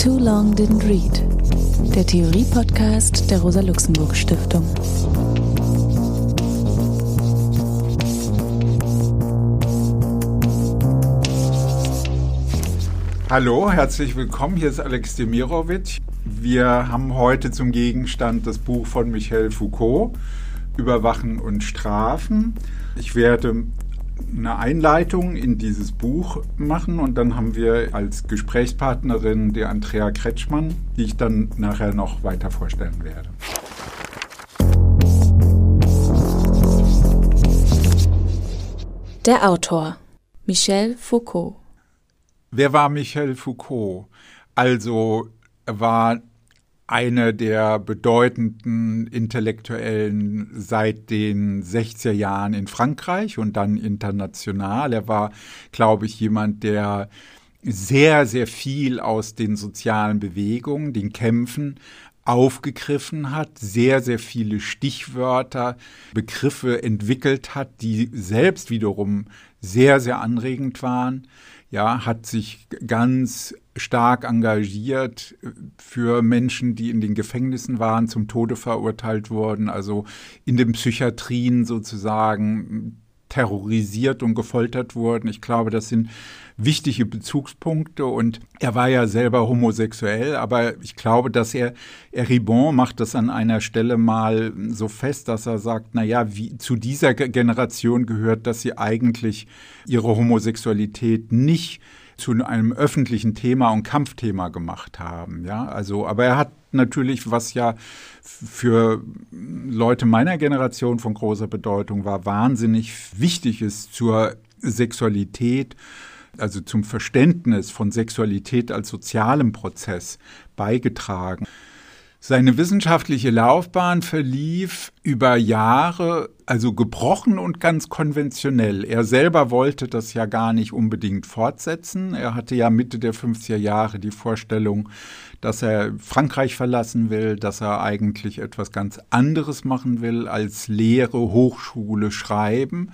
Too Long Didn't Read, der Theorie-Podcast der Rosa-Luxemburg-Stiftung. Hallo, herzlich willkommen, hier ist Alex Demirovic. Wir haben heute zum Gegenstand das Buch von Michel Foucault, Überwachen und Strafen. Ich werde eine Einleitung in dieses Buch machen und dann haben wir als Gesprächspartnerin die Andrea Kretschmann, die ich dann nachher noch weiter vorstellen werde. Der Autor Michel Foucault. Wer war Michel Foucault? Also, er war einer der bedeutenden Intellektuellen seit den 60er Jahren in Frankreich und dann international. Er war, glaube ich, jemand, der sehr, sehr viel aus den sozialen Bewegungen, den Kämpfen aufgegriffen hat, sehr, sehr viele Stichwörter, Begriffe entwickelt hat, die selbst wiederum sehr, sehr anregend waren. Ja, hat sich ganz stark engagiert für Menschen, die in den Gefängnissen waren, zum Tode verurteilt wurden, also in den Psychiatrien sozusagen terrorisiert und gefoltert wurden. Ich glaube, das sind wichtige Bezugspunkte und er war ja selber homosexuell, aber ich glaube, dass Ribon macht das an einer Stelle mal so fest, dass er sagt, wie zu dieser Generation gehört, dass sie eigentlich ihre Homosexualität nicht zu einem öffentlichen Thema und Kampfthema gemacht haben. Ja, also, aber er hat natürlich, was ja für Leute meiner Generation von großer Bedeutung war, wahnsinnig wichtig ist zur Sexualität, also zum Verständnis von Sexualität als sozialem Prozess beigetragen. Seine wissenschaftliche Laufbahn verlief über Jahre, also gebrochen und ganz konventionell. Er selber wollte das ja gar nicht unbedingt fortsetzen. Er hatte ja Mitte der 50er Jahre die Vorstellung, dass er Frankreich verlassen will, dass er eigentlich etwas ganz anderes machen will als Lehre, Hochschule, Schreiben.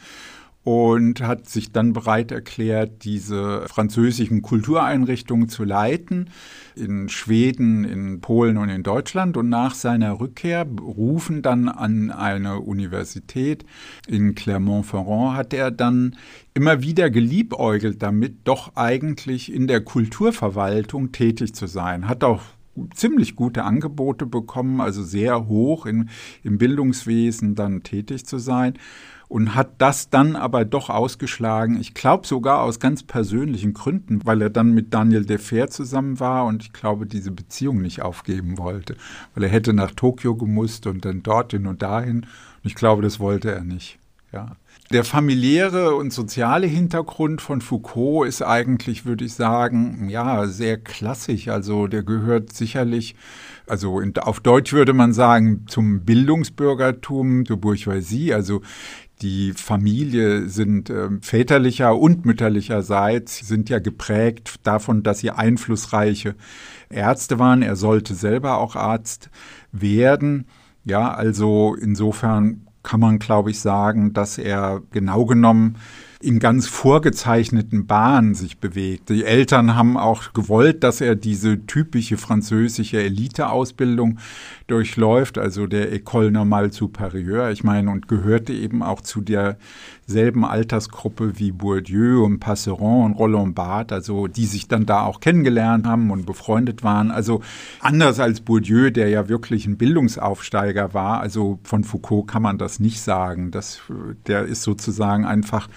Und hat sich dann bereit erklärt, diese französischen Kultureinrichtungen zu leiten, in Schweden, in Polen und in Deutschland. Und nach seiner Rückkehr, berufen dann an eine Universität in Clermont-Ferrand, hat er dann immer wieder geliebäugelt damit, doch eigentlich in der Kulturverwaltung tätig zu sein. Hat auch ziemlich gute Angebote bekommen, also sehr hoch im Bildungswesen dann tätig zu sein. Und hat das dann aber doch ausgeschlagen, ich glaube sogar aus ganz persönlichen Gründen, weil er dann mit Daniel Defer zusammen war und ich glaube, diese Beziehung nicht aufgeben wollte. Weil er hätte nach Tokio gemusst und dann dorthin und dahin. Und ich glaube, das wollte er nicht. Ja. Der familiäre und soziale Hintergrund von Foucault ist eigentlich, würde ich sagen, sehr klassisch. Also der gehört sicherlich, also auf Deutsch würde man sagen, zum Bildungsbürgertum, zur Bourgeoisie. Also die Familie sind väterlicher und mütterlicherseits sind ja geprägt davon, dass sie einflussreiche Ärzte waren. Er sollte selber auch Arzt werden. Ja, also insofern kann man, glaube ich, sagen, dass er genau genommen in ganz vorgezeichneten Bahnen sich bewegt. Die Eltern haben auch gewollt, dass er diese typische französische Elite-Ausbildung durchläuft, also der École Normale Supérieure. Ich meine, und gehörte eben auch zu derselben Altersgruppe wie Bourdieu und Passeron und Roland Barthes, also die sich dann da auch kennengelernt haben und befreundet waren. Also anders als Bourdieu, der ja wirklich ein Bildungsaufsteiger war, also von Foucault kann man das nicht sagen. Der ist sozusagen einfach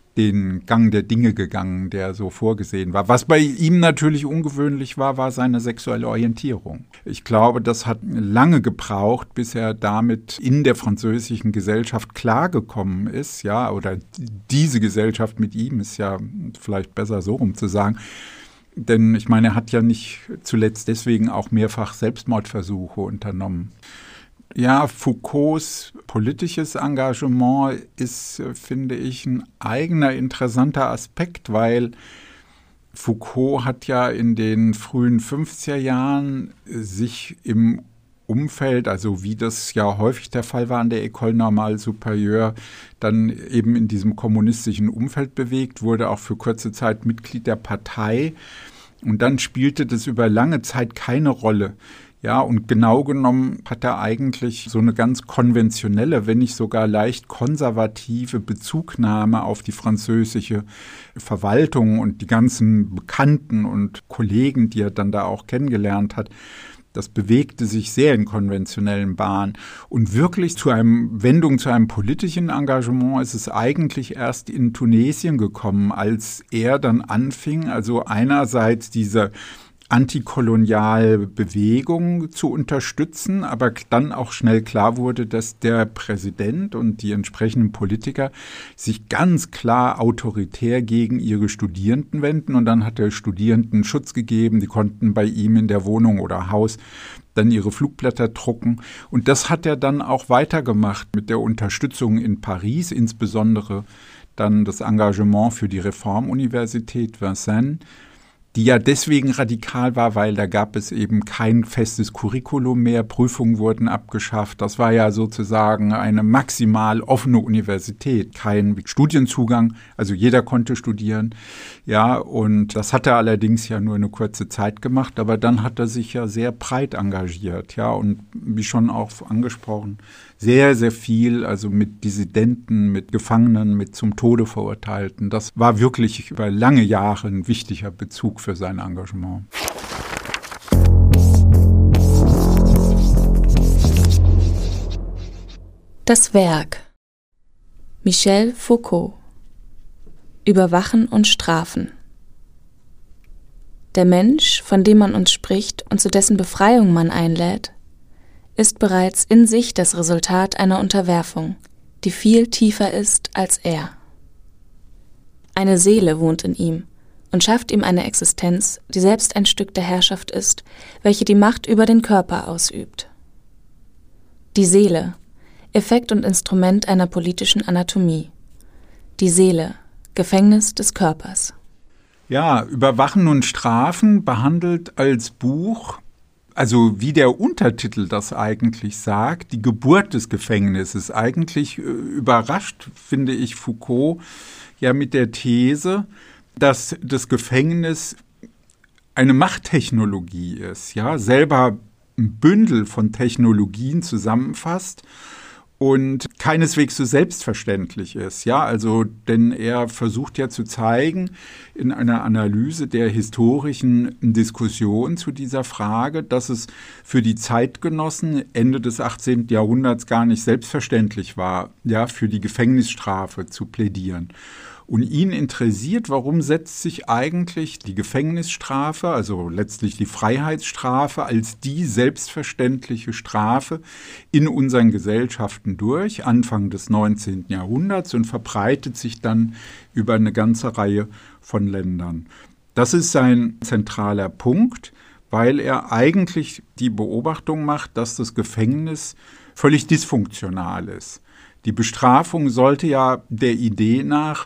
den Gang der Dinge gegangen, der so vorgesehen war. Was bei ihm natürlich ungewöhnlich war, war seine sexuelle Orientierung. Ich glaube, das hat lange gebraucht, bis er damit in der französischen Gesellschaft klargekommen ist, ja, oder diese Gesellschaft mit ihm ist ja vielleicht besser so rum zu sagen. Denn ich meine, er hat ja nicht zuletzt deswegen auch mehrfach Selbstmordversuche unternommen. Ja, Foucaults politisches Engagement ist, finde ich, ein eigener interessanter Aspekt, weil Foucault hat ja in den frühen 50er Jahren sich im Umfeld, also wie das ja häufig der Fall war an der École Normale Supérieure, dann eben in diesem kommunistischen Umfeld bewegt, wurde auch für kurze Zeit Mitglied der Partei Und dann spielte das über lange Zeit keine Rolle. Ja, und genau genommen hat er eigentlich so eine ganz konventionelle, wenn nicht sogar leicht konservative Bezugnahme auf die französische Verwaltung und die ganzen Bekannten und Kollegen, die er dann da auch kennengelernt hat. Das bewegte sich sehr in konventionellen Bahnen. Und wirklich zu einem politischen Engagement ist es eigentlich erst in Tunesien gekommen, als er dann anfing, also einerseits diese antikoloniale Bewegung zu unterstützen, aber dann auch schnell klar wurde, dass der Präsident und die entsprechenden Politiker sich ganz klar autoritär gegen ihre Studierenden wenden. Und dann hat der Studierenden Schutz gegeben, die konnten bei ihm in der Wohnung oder Haus dann ihre Flugblätter drucken. Und das hat er dann auch weitergemacht mit der Unterstützung in Paris, insbesondere dann das Engagement für die Reformuniversität Vincennes, die ja deswegen radikal war, weil da gab es eben kein festes Curriculum mehr, Prüfungen wurden abgeschafft. Das war ja sozusagen eine maximal offene Universität, kein Studienzugang, also jeder konnte studieren. Ja, und das hat er allerdings ja nur eine kurze Zeit gemacht, aber dann hat er sich ja sehr breit engagiert, ja, und wie schon auch angesprochen, sehr, sehr viel, also mit Dissidenten, mit Gefangenen, mit zum Tode Verurteilten. Das war wirklich über lange Jahre ein wichtiger Bezug für sein Engagement. Das Werk. Michel Foucault. Überwachen und Strafen. Der Mensch, von dem man uns spricht und zu dessen Befreiung man einlädt, ist bereits in sich das Resultat einer Unterwerfung, die viel tiefer ist als er. Eine Seele wohnt in ihm und schafft ihm eine Existenz, die selbst ein Stück der Herrschaft ist, welche die Macht über den Körper ausübt. Die Seele, Effekt und Instrument einer politischen Anatomie. Die Seele, Gefängnis des Körpers. Ja, Überwachen und Strafen behandelt als Buch, also wie der Untertitel das eigentlich sagt, die Geburt des Gefängnisses. Eigentlich überrascht, finde ich, Foucault ja mit der These, dass das Gefängnis eine Machttechnologie ist, ja, selber ein Bündel von Technologien zusammenfasst und keineswegs so selbstverständlich ist, ja, also denn er versucht ja zu zeigen in einer Analyse der historischen Diskussion zu dieser Frage, dass es für die Zeitgenossen Ende des 18. Jahrhunderts gar nicht selbstverständlich war, ja, für die Gefängnisstrafe zu plädieren. Und ihn interessiert, warum setzt sich eigentlich die Gefängnisstrafe, also letztlich die Freiheitsstrafe, als die selbstverständliche Strafe in unseren Gesellschaften durch, Anfang des 19. Jahrhunderts, und verbreitet sich dann über eine ganze Reihe von Ländern. Das ist sein zentraler Punkt, weil er eigentlich die Beobachtung macht, dass das Gefängnis völlig dysfunktional ist. Die Bestrafung sollte ja der Idee nach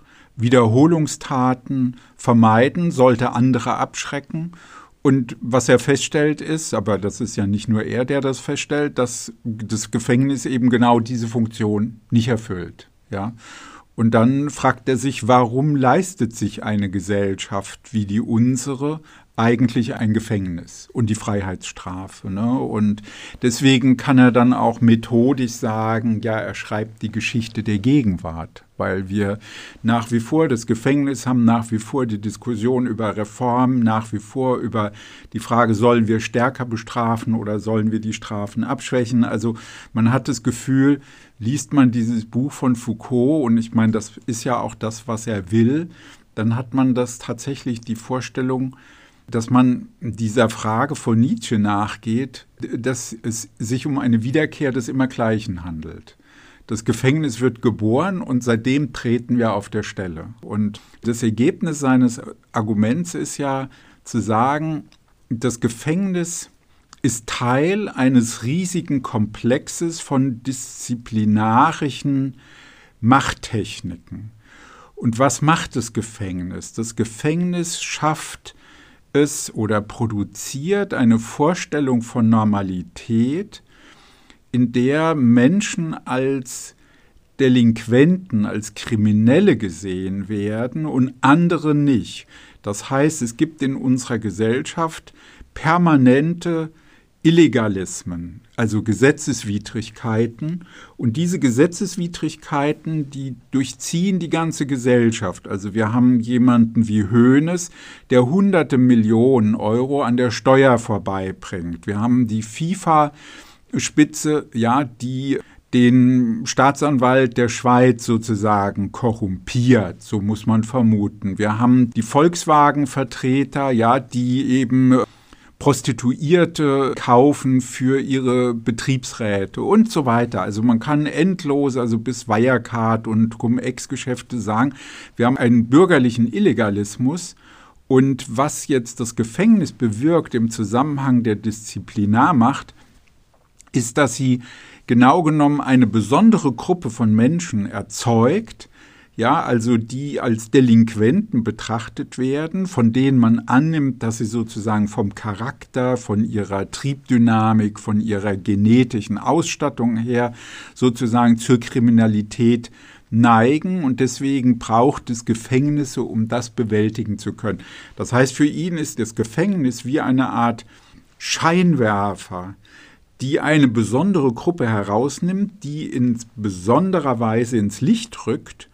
Wiederholungstaten vermeiden, sollte andere abschrecken. Und was er feststellt ist, aber das ist ja nicht nur er, der das feststellt, dass das Gefängnis eben genau diese Funktion nicht erfüllt. Ja? Und dann fragt er sich, warum leistet sich eine Gesellschaft wie die unsere eigentlich ein Gefängnis und die Freiheitsstrafe, ne? Und deswegen kann er dann auch methodisch sagen, ja, er schreibt die Geschichte der Gegenwart, weil wir nach wie vor das Gefängnis haben, nach wie vor die Diskussion über Reform, nach wie vor über die Frage, sollen wir stärker bestrafen oder sollen wir die Strafen abschwächen? Also man hat das Gefühl, liest man dieses Buch von Foucault, und ich meine, das ist ja auch das, was er will, dann hat man das tatsächlich die Vorstellung, dass man dieser Frage von Nietzsche nachgeht, dass es sich um eine Wiederkehr des Immergleichen handelt. Das Gefängnis wird geboren und seitdem treten wir auf der Stelle. Und das Ergebnis seines Arguments ist ja zu sagen, das Gefängnis ist Teil eines riesigen Komplexes von disziplinarischen Machttechniken. Und was macht das Gefängnis? Das Gefängnis schafft es oder produziert eine Vorstellung von Normalität, in der Menschen als Delinquenten, als Kriminelle gesehen werden und andere nicht. Das heißt, es gibt in unserer Gesellschaft permanente Illegalismen, also Gesetzeswidrigkeiten. Und diese Gesetzeswidrigkeiten, die durchziehen die ganze Gesellschaft. Also wir haben jemanden wie Hoeneß, der hunderte Millionen Euro an der Steuer vorbeibringt. Wir haben die FIFA-Spitze, ja, die den Staatsanwalt der Schweiz sozusagen korrumpiert, so muss man vermuten. Wir haben die Volkswagen-Vertreter, ja, die eben Prostituierte kaufen für ihre Betriebsräte und so weiter. Also man kann endlos, also bis Wirecard und Cum-Ex-Geschäfte sagen, wir haben einen bürgerlichen Illegalismus. Und was jetzt das Gefängnis bewirkt im Zusammenhang der Disziplinarmacht, ist, dass sie genau genommen eine besondere Gruppe von Menschen erzeugt, ja, also die als Delinquenten betrachtet werden, von denen man annimmt, dass sie sozusagen vom Charakter, von ihrer Triebdynamik, von ihrer genetischen Ausstattung her sozusagen zur Kriminalität neigen, und deswegen braucht es Gefängnisse, um das bewältigen zu können. Das heißt, für ihn ist das Gefängnis wie eine Art Scheinwerfer, die eine besondere Gruppe herausnimmt, die in besonderer Weise ins Licht rückt,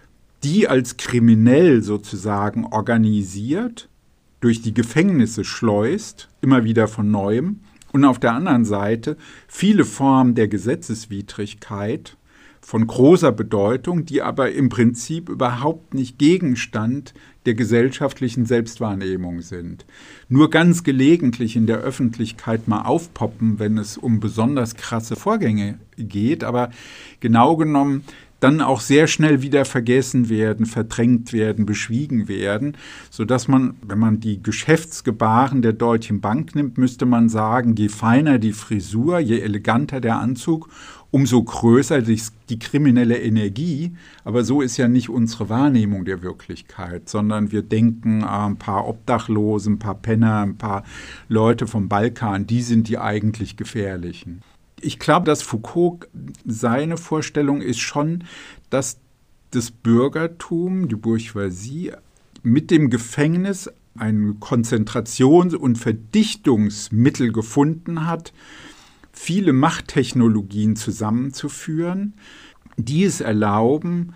die als kriminell sozusagen organisiert, durch die Gefängnisse schleust, immer wieder von Neuem, und auf der anderen Seite viele Formen der Gesetzeswidrigkeit von großer Bedeutung, die aber im Prinzip überhaupt nicht Gegenstand der gesellschaftlichen Selbstwahrnehmung sind. Nur ganz gelegentlich in der Öffentlichkeit mal aufpoppen, wenn es um besonders krasse Vorgänge geht, aber genau genommen dann auch sehr schnell wieder vergessen werden, verdrängt werden, beschwiegen werden, sodass man, wenn man die Geschäftsgebaren der Deutschen Bank nimmt, müsste man sagen, je feiner die Frisur, je eleganter der Anzug, umso größer die kriminelle Energie. Aber so ist ja nicht unsere Wahrnehmung der Wirklichkeit, sondern wir denken, ein paar Obdachlose, ein paar Penner, ein paar Leute vom Balkan, die sind die eigentlich Gefährlichen. Ich glaube, dass Foucault, seine Vorstellung ist schon, dass das Bürgertum, die Bourgeoisie, mit dem Gefängnis ein Konzentrations- und Verdichtungsmittel gefunden hat, viele Machttechnologien zusammenzuführen, die es erlauben,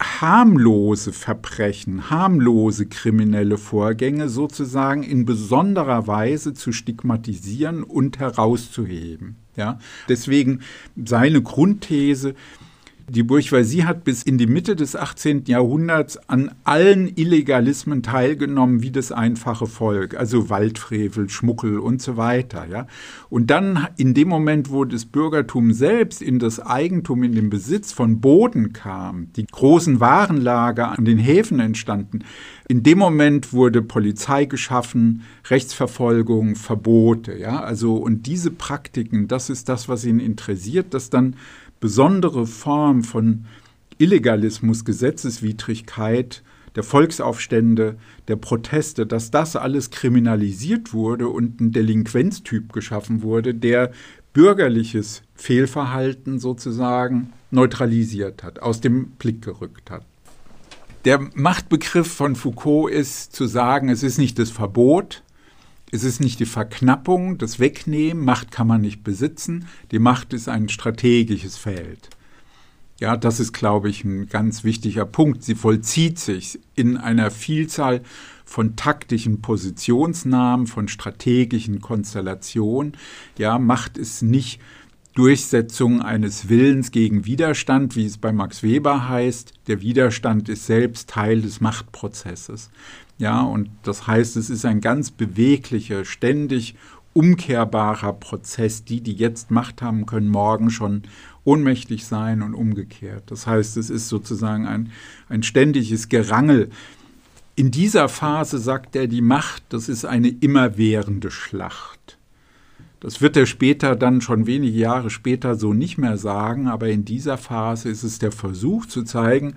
harmlose Verbrechen, harmlose kriminelle Vorgänge sozusagen in besonderer Weise zu stigmatisieren und herauszuheben. Ja? Deswegen seine Grundthese: Die Bourgeoisie hat bis in die Mitte des 18. Jahrhunderts an allen Illegalismen teilgenommen wie das einfache Volk, also Waldfrevel, Schmuggel und so weiter. Ja? Und dann in dem Moment, wo das Bürgertum selbst in das Eigentum, in den Besitz von Boden kam, die großen Warenlager an den Häfen entstanden, in dem Moment wurde Polizei geschaffen, Rechtsverfolgung, Verbote. Ja? Also, und diese Praktiken, das ist das, was ihn interessiert, dass dann besondere Form von Illegalismus, Gesetzeswidrigkeit, der Volksaufstände, der Proteste, dass das alles kriminalisiert wurde und ein Delinquenztyp geschaffen wurde, der bürgerliches Fehlverhalten sozusagen neutralisiert hat, aus dem Blick gerückt hat. Der Machtbegriff von Foucault ist zu sagen, es ist nicht das Verbot, es ist nicht die Verknappung, das Wegnehmen, Macht kann man nicht besitzen, die Macht ist ein strategisches Feld. Ja, das ist, glaube ich, ein ganz wichtiger Punkt. Sie vollzieht sich in einer Vielzahl von taktischen Positionsnahmen, von strategischen Konstellationen. Ja, Macht ist nicht Durchsetzung eines Willens gegen Widerstand, wie es bei Max Weber heißt. Der Widerstand ist selbst Teil des Machtprozesses. Ja, und das heißt, es ist ein ganz beweglicher, ständig umkehrbarer Prozess. Die jetzt Macht haben, können morgen schon ohnmächtig sein und umgekehrt. Das heißt, es ist sozusagen ein ständiges Gerangel. In dieser Phase sagt er, die Macht, das ist eine immerwährende Schlacht. Das wird er später dann, schon wenige Jahre später, so nicht mehr sagen, aber in dieser Phase ist es der Versuch zu zeigen,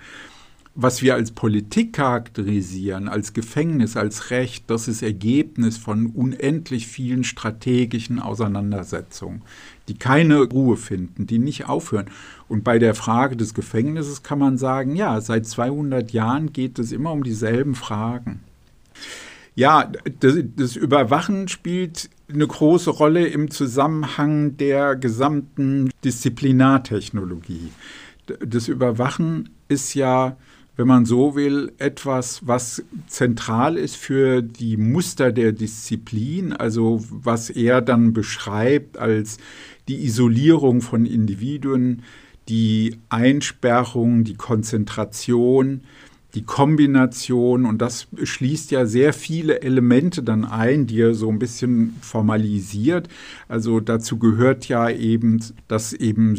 was wir als Politik charakterisieren, als Gefängnis, als Recht, das ist Ergebnis von unendlich vielen strategischen Auseinandersetzungen, die keine Ruhe finden, die nicht aufhören. Und bei der Frage des Gefängnisses kann man sagen, ja, seit 200 Jahren geht es immer um dieselben Fragen. Ja, das Überwachen spielt eine große Rolle im Zusammenhang der gesamten Disziplinartechnologie. Das Überwachen ist ja, wenn man so will, etwas, was zentral ist für die Muster der Disziplin, also was er dann beschreibt als die Isolierung von Individuen, die Einsperrung, die Konzentration, die Kombination, und das schließt ja sehr viele Elemente dann ein, die er so ein bisschen formalisiert. Also dazu gehört ja eben, dass eben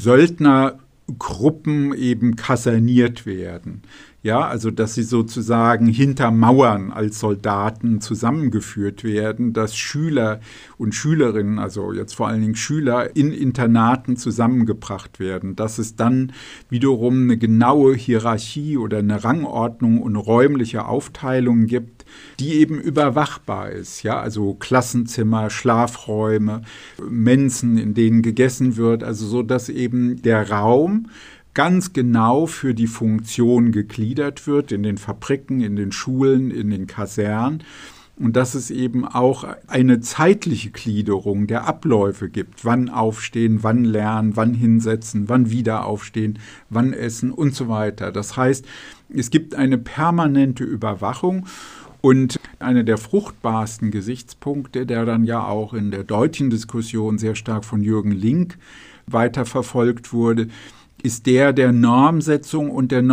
Söldnergruppen eben kaserniert werden. Ja, also dass sie sozusagen hinter Mauern als Soldaten zusammengeführt werden, dass Schüler und Schülerinnen, also jetzt vor allen Dingen Schüler, in Internaten zusammengebracht werden, dass es dann wiederum eine genaue Hierarchie oder eine Rangordnung und räumliche Aufteilung gibt, die eben überwachbar ist. Ja, also Klassenzimmer, Schlafräume, Mensen, in denen gegessen wird, also so, dass eben der Raum ganz genau für die Funktion gegliedert wird, in den Fabriken, in den Schulen, in den Kasernen. Und dass es eben auch eine zeitliche Gliederung der Abläufe gibt. Wann aufstehen, wann lernen, wann hinsetzen, wann wieder aufstehen, wann essen und so weiter. Das heißt, es gibt eine permanente Überwachung. Und einer der fruchtbarsten Gesichtspunkte, der dann ja auch in der deutschen Diskussion sehr stark von Jürgen Link weiterverfolgt wurde, ist der Normsetzung und der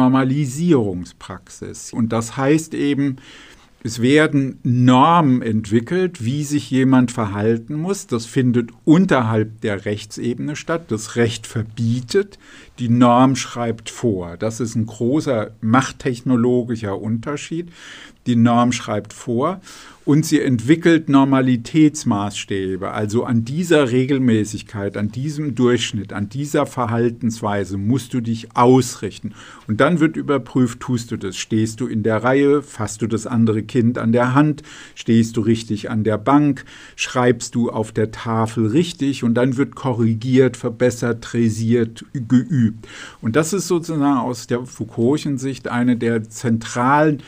Normalisierungspraxis. Und das heißt eben, es werden Normen entwickelt, wie sich jemand verhalten muss. Das findet unterhalb der Rechtsebene statt. Das Recht verbietet, die Norm schreibt vor. Das ist ein großer machttechnologischer Unterschied. Die Norm schreibt vor und sie entwickelt Normalitätsmaßstäbe. Also an dieser Regelmäßigkeit, an diesem Durchschnitt, an dieser Verhaltensweise musst du dich ausrichten. Und dann wird überprüft, tust du das? Stehst du in der Reihe? Fasst du das andere Kind an der Hand? Stehst du richtig an der Bank? Schreibst du auf der Tafel richtig? Und dann wird korrigiert, verbessert, träsiert, geübt. Und das ist sozusagen aus der Foucault'schen Sicht eine der zentralen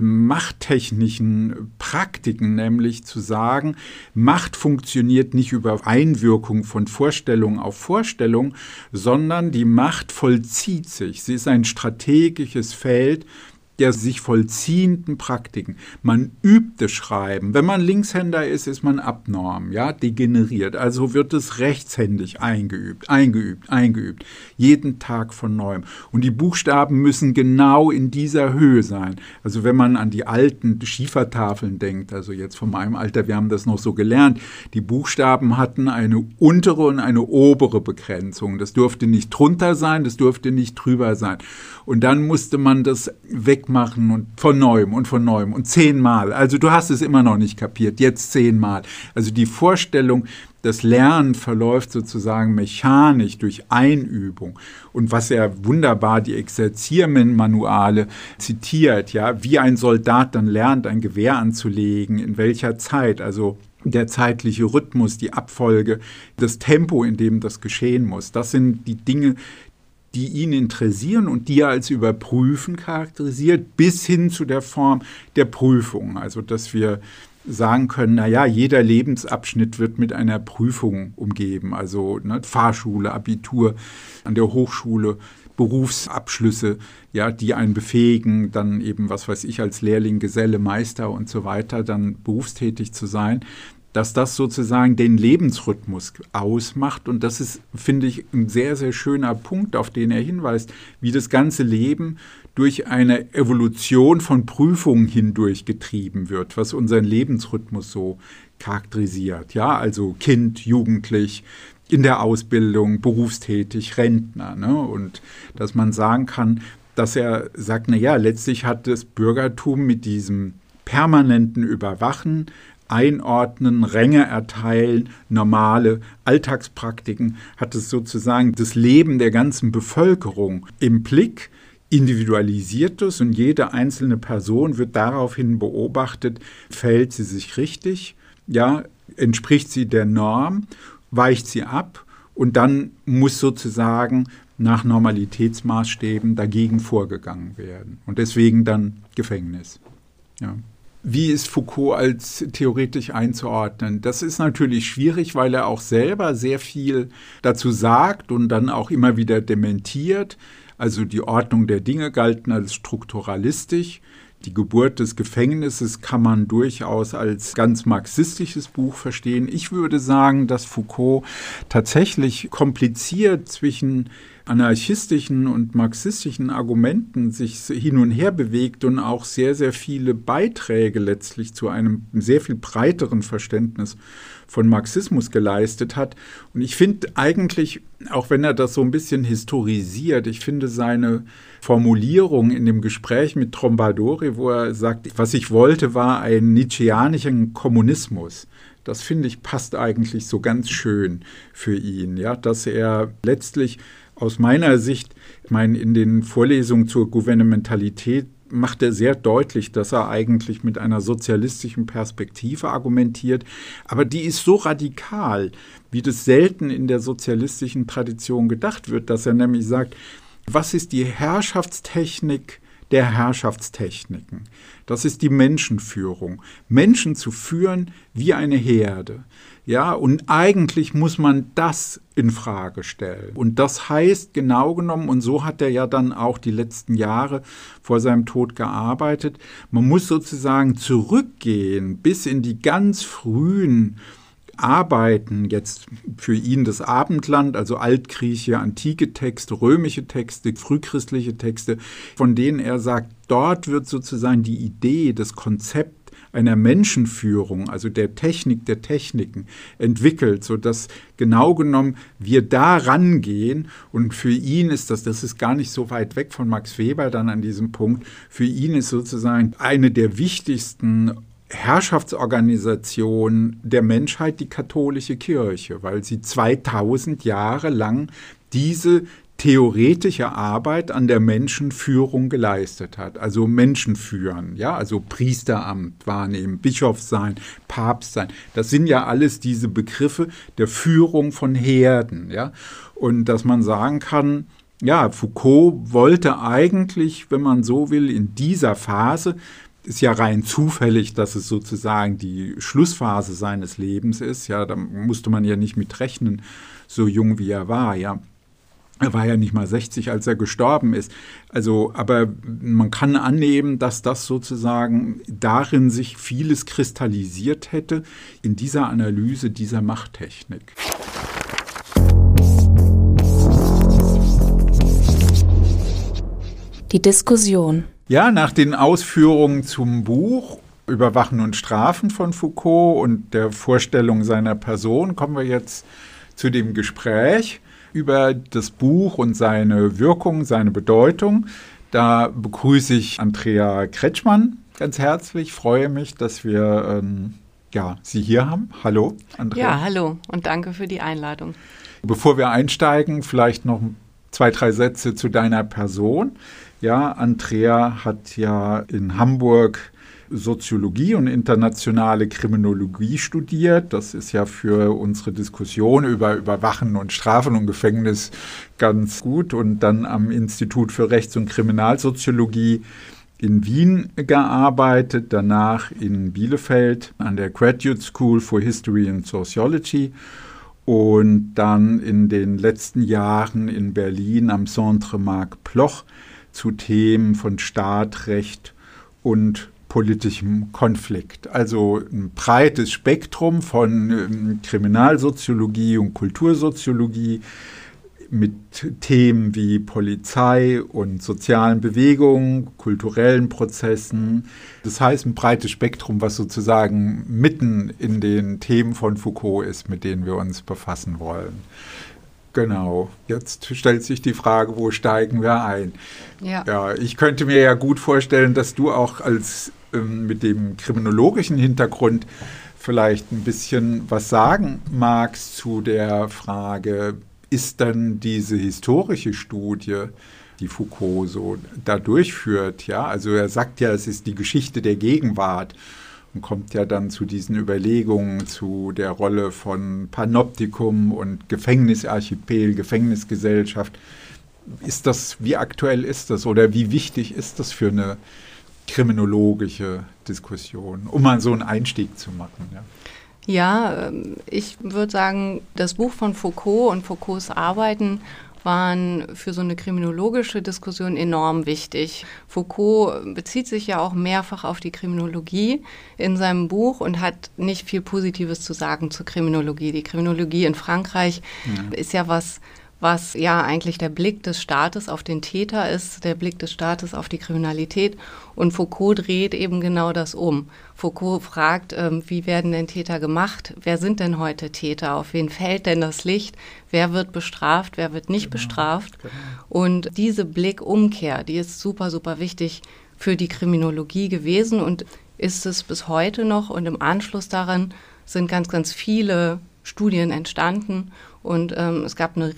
machttechnischen Praktiken, nämlich zu sagen, Macht funktioniert nicht über Einwirkung von Vorstellung auf Vorstellung, sondern die Macht vollzieht sich. Sie ist ein strategisches Feld der sich vollziehenden Praktiken. Man übt das Schreiben. Wenn man Linkshänder ist, ist man abnorm, ja, degeneriert. Also wird es rechtshändig eingeübt. Jeden Tag von neuem. Und die Buchstaben müssen genau in dieser Höhe sein. Also wenn man an die alten Schiefertafeln denkt, also jetzt von meinem Alter, wir haben das noch so gelernt, die Buchstaben hatten eine untere und eine obere Begrenzung. Das durfte nicht drunter sein, das durfte nicht drüber sein. Und dann musste man das wegmachen und von neuem und 10-mal. Also du hast es immer noch nicht kapiert, jetzt 10-mal. Also die Vorstellung, das Lernen verläuft sozusagen mechanisch durch Einübung. Und was er wunderbar die Exerziermanuale zitiert, ja, wie ein Soldat dann lernt, ein Gewehr anzulegen, in welcher Zeit, also der zeitliche Rhythmus, die Abfolge, das Tempo, in dem das geschehen muss. Das sind die Dinge, die ihn interessieren und die er als Überprüfen charakterisiert, bis hin zu der Form der Prüfung. Also, dass wir sagen können, naja, jeder Lebensabschnitt wird mit einer Prüfung umgeben. Also Fahrschule, Abitur, an der Hochschule, Berufsabschlüsse, ja, die einen befähigen, dann eben, was weiß ich, als Lehrling, Geselle, Meister und so weiter, dann berufstätig zu sein, dass das sozusagen den Lebensrhythmus ausmacht. Und das ist, finde ich, ein sehr, sehr schöner Punkt, auf den er hinweist, wie das ganze Leben durch eine Evolution von Prüfungen hindurch getrieben wird, was unseren Lebensrhythmus so charakterisiert. Ja, also Kind, Jugendlich, in der Ausbildung, berufstätig, Rentner. Ne? Und dass man sagen kann, dass er sagt, naja, letztlich hat das Bürgertum mit diesem permanenten Überwachen, Einordnen, Ränge erteilen, normale Alltagspraktiken, hat es sozusagen das Leben der ganzen Bevölkerung im Blick, individualisiert es und jede einzelne Person wird daraufhin beobachtet, verhält sie sich richtig, ja, entspricht sie der Norm, weicht sie ab und dann muss sozusagen nach Normalitätsmaßstäben dagegen vorgegangen werden und deswegen dann Gefängnis. Ja. Wie ist Foucault als theoretisch einzuordnen? Das ist natürlich schwierig, weil er auch selber sehr viel dazu sagt und dann auch immer wieder dementiert. Also die Ordnung der Dinge galten als strukturalistisch. Die Geburt des Gefängnisses kann man durchaus als ganz marxistisches Buch verstehen. Ich würde sagen, dass Foucault tatsächlich kompliziert zwischen anarchistischen und marxistischen Argumenten sich hin und her bewegt und auch sehr, sehr viele Beiträge letztlich zu einem sehr viel breiteren Verständnis von Marxismus geleistet hat. Und ich finde eigentlich, auch wenn er das so ein bisschen historisiert, ich finde seine Formulierung in dem Gespräch mit Trombadori, wo er sagt, was ich wollte, war einen nietzscheanischen Kommunismus. Das finde ich passt eigentlich so ganz schön für ihn, ja, dass er letztlich aus meiner Sicht, ich meine, in den Vorlesungen zur Gouvernementalität macht er sehr deutlich, dass er eigentlich mit einer sozialistischen Perspektive argumentiert. Aber die ist so radikal, wie das selten in der sozialistischen Tradition gedacht wird, dass er nämlich sagt, was ist die Herrschaftstechnik der Herrschaftstechniken? Das ist die Menschenführung. Menschen zu führen wie eine Herde. Ja, und eigentlich muss man das in Frage stellen. Und das heißt genau genommen, und so hat er ja dann auch die letzten Jahre vor seinem Tod gearbeitet, man muss sozusagen zurückgehen bis in die ganz frühen Arbeiten, jetzt für ihn das Abendland, also altgriechische, antike Texte, römische Texte, frühchristliche Texte, von denen er sagt, dort wird sozusagen die Idee, das Konzept einer Menschenführung, also der Technik, der Techniken entwickelt, sodass genau genommen wir da rangehen. Und für ihn ist das ist gar nicht so weit weg von Max Weber dann an diesem Punkt, für ihn ist sozusagen eine der wichtigsten Herrschaftsorganisationen der Menschheit die katholische Kirche, weil sie 2000 Jahre lang diese theoretische Arbeit an der Menschenführung geleistet hat. Also Menschen führen, ja, also Priesteramt wahrnehmen, Bischof sein, Papst sein. Das sind ja alles diese Begriffe der Führung von Herden, ja. Und dass man sagen kann, ja, Foucault wollte eigentlich, wenn man so will, in dieser Phase, ist ja rein zufällig, dass es sozusagen die Schlussphase seines Lebens ist, ja, da musste man ja nicht mit rechnen, so jung wie er war, ja. Er war ja nicht mal 60, als er gestorben ist. Also, aber man kann annehmen, dass das sozusagen darin sich vieles kristallisiert hätte, in dieser Analyse dieser Machttechnik. Die Diskussion. Ja, nach den Ausführungen zum Buch Überwachen und Strafen von Foucault und der Vorstellung seiner Person kommen wir jetzt zu dem Gespräch über das Buch und seine Wirkung, seine Bedeutung. Da begrüße ich Andrea Kretschmann ganz herzlich. Freue mich, dass wir Sie hier haben. Hallo, Andrea. Ja, hallo und danke für die Einladung. Bevor wir einsteigen, vielleicht noch 2, 3 Sätze zu deiner Person. Ja, Andrea hat ja in Hamburg Soziologie und internationale Kriminologie studiert. Das ist ja für unsere Diskussion über Überwachen und Strafen und Gefängnis ganz gut. Und dann am Institut für Rechts- und Kriminalsoziologie in Wien gearbeitet, danach in Bielefeld an der Graduate School for History and Sociology und dann in den letzten Jahren in Berlin am Centre Marc Bloch zu Themen von Staat, Recht und politischem Konflikt. Also ein breites Spektrum von Kriminalsoziologie und Kultursoziologie mit Themen wie Polizei und sozialen Bewegungen, kulturellen Prozessen. Das heißt, ein breites Spektrum, was sozusagen mitten in den Themen von Foucault ist, mit denen wir uns befassen wollen. Genau, jetzt stellt sich die Frage, wo steigen wir ein? Ja, ich könnte mir ja gut vorstellen, dass du auch als mit dem kriminologischen Hintergrund vielleicht ein bisschen was sagen magst zu der Frage, ist dann diese historische Studie, die Foucault so da durchführt, ja, also er sagt ja, es ist die Geschichte der Gegenwart und kommt ja dann zu diesen Überlegungen zu der Rolle von Panoptikum und Gefängnisarchipel, Gefängnisgesellschaft. Wie aktuell ist das oder wie wichtig ist das für eine kriminologische Diskussion, um mal so einen Einstieg zu machen. Ja. Ja, ich würde sagen, das Buch von Foucault und Foucaults Arbeiten waren für so eine kriminologische Diskussion enorm wichtig. Foucault bezieht sich ja auch mehrfach auf die Kriminologie in seinem Buch und hat nicht viel Positives zu sagen zur Kriminologie. Die Kriminologie in Frankreich ist ja was ja eigentlich der Blick des Staates auf den Täter ist, der Blick des Staates auf die Kriminalität. Und Foucault dreht eben genau das um. Foucault fragt, wie werden denn Täter gemacht? Wer sind denn heute Täter? Auf wen fällt denn das Licht? Wer wird bestraft? Wer wird nicht bestraft? Genau. Und diese Blickumkehr, die ist super, super wichtig für die Kriminologie gewesen und ist es bis heute noch. Und im Anschluss daran sind ganz, ganz viele Studien entstanden und es gab eine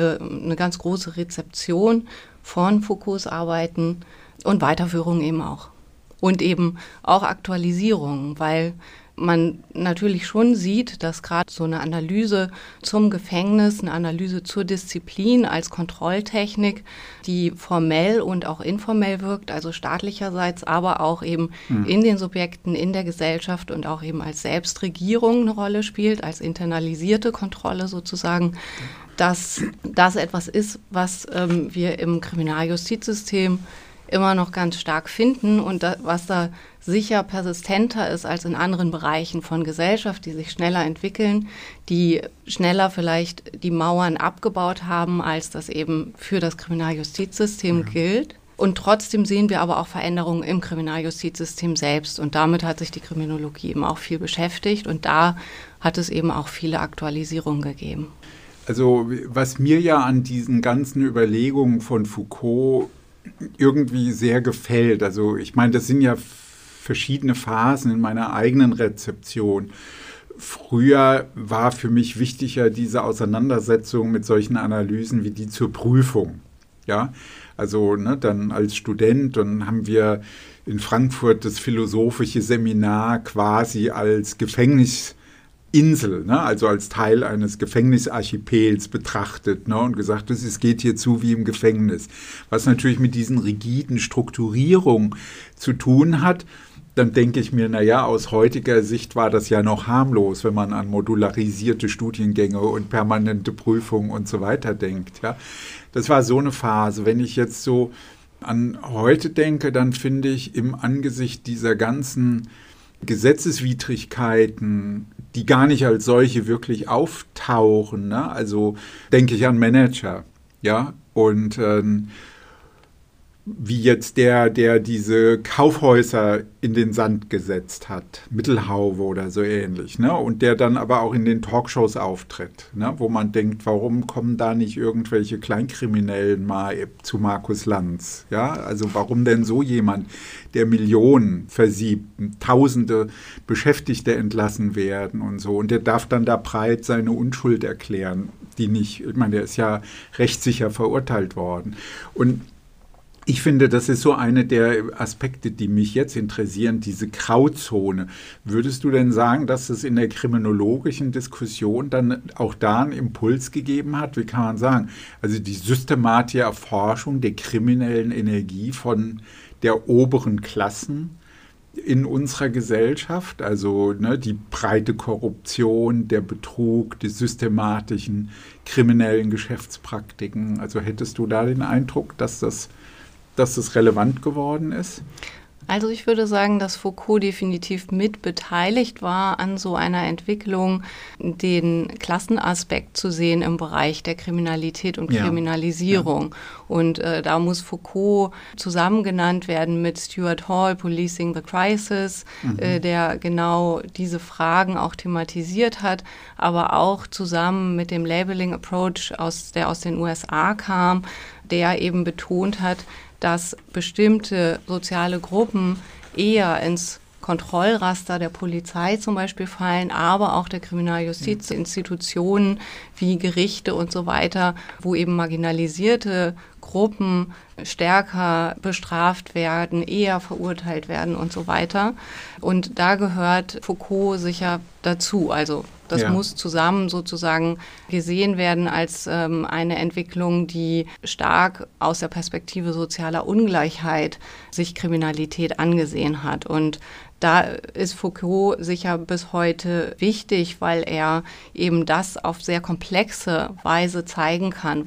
ganz große Rezeption von Foucaults Arbeiten und Weiterführung eben auch. Und eben auch Aktualisierung, weil man natürlich schon sieht, dass gerade so eine Analyse zum Gefängnis, eine Analyse zur Disziplin als Kontrolltechnik, die formell und auch informell wirkt, also staatlicherseits, aber auch eben in den Subjekten, in der Gesellschaft und auch eben als Selbstregierung eine Rolle spielt, als internalisierte Kontrolle sozusagen, dass das etwas ist, was wir im Kriminaljustizsystem immer noch ganz stark finden und was da sicher persistenter ist als in anderen Bereichen von Gesellschaft, die sich schneller entwickeln, die schneller vielleicht die Mauern abgebaut haben, als das eben für das Kriminaljustizsystem gilt. Und trotzdem sehen wir aber auch Veränderungen im Kriminaljustizsystem selbst. Und damit hat sich die Kriminologie eben auch viel beschäftigt. Und da hat es eben auch viele Aktualisierungen gegeben. Also was mir ja an diesen ganzen Überlegungen von Foucault irgendwie sehr gefällt. Also ich meine, das sind ja verschiedene Phasen in meiner eigenen Rezeption. Früher war für mich wichtiger diese Auseinandersetzung mit solchen Analysen wie die zur Prüfung. Ja, also dann als Student, dann haben wir in Frankfurt das philosophische Seminar quasi als Gefängnissinsel, also als Teil eines Gefängnisarchipels betrachtet und gesagt, es geht hier zu wie im Gefängnis. Was natürlich mit diesen rigiden Strukturierungen zu tun hat, dann denke ich mir, aus heutiger Sicht war das ja noch harmlos, wenn man an modularisierte Studiengänge und permanente Prüfungen und so weiter denkt. Ja. Das war so eine Phase. Wenn ich jetzt so an heute denke, dann finde ich im Angesicht dieser ganzen Gesetzeswidrigkeiten, die gar nicht als solche wirklich auftauchen, also denke ich an Manager, ja, und wie jetzt der diese Kaufhäuser in den Sand gesetzt hat, Mittelhauwe oder so ähnlich, und der dann aber auch in den Talkshows auftritt, wo man denkt, warum kommen da nicht irgendwelche Kleinkriminellen mal zu Markus Lanz, ja, also warum denn so jemand, der Millionen versiebt, Tausende Beschäftigte entlassen werden und so, und der darf dann da breit seine Unschuld erklären, ich meine, der ist ja rechtssicher verurteilt worden. Und ich finde, das ist so eine der Aspekte, die mich jetzt interessieren, diese Grauzone. Würdest du denn sagen, dass es in der kriminologischen Diskussion dann auch da einen Impuls gegeben hat? Wie kann man sagen? Also die systematische Erforschung der kriminellen Energie von der oberen Klassen in unserer Gesellschaft, also die breite Korruption, der Betrug, die systematischen kriminellen Geschäftspraktiken. Also hättest du da den Eindruck, dass das relevant geworden ist? Also ich würde sagen, dass Foucault definitiv mit beteiligt war an so einer Entwicklung, den Klassenaspekt zu sehen im Bereich der Kriminalität und Kriminalisierung. Ja. Und da muss Foucault zusammen genannt werden mit Stuart Hall, Policing the Crisis, der genau diese Fragen auch thematisiert hat, aber auch zusammen mit dem Labeling Approach, der aus den USA kam, der eben betont hat, dass bestimmte soziale Gruppen eher ins Kontrollraster der Polizei zum Beispiel fallen, aber auch der Kriminaljustizinstitutionen wie Gerichte und so weiter, wo eben marginalisierte Gruppen stärker bestraft werden, eher verurteilt werden und so weiter. Und da gehört Foucault sicher dazu. Also Das muss zusammen sozusagen gesehen werden als eine Entwicklung, die stark aus der Perspektive sozialer Ungleichheit sich Kriminalität angesehen hat. Und da ist Foucault sicher bis heute wichtig, weil er eben das auf sehr komplexe Weise zeigen kann,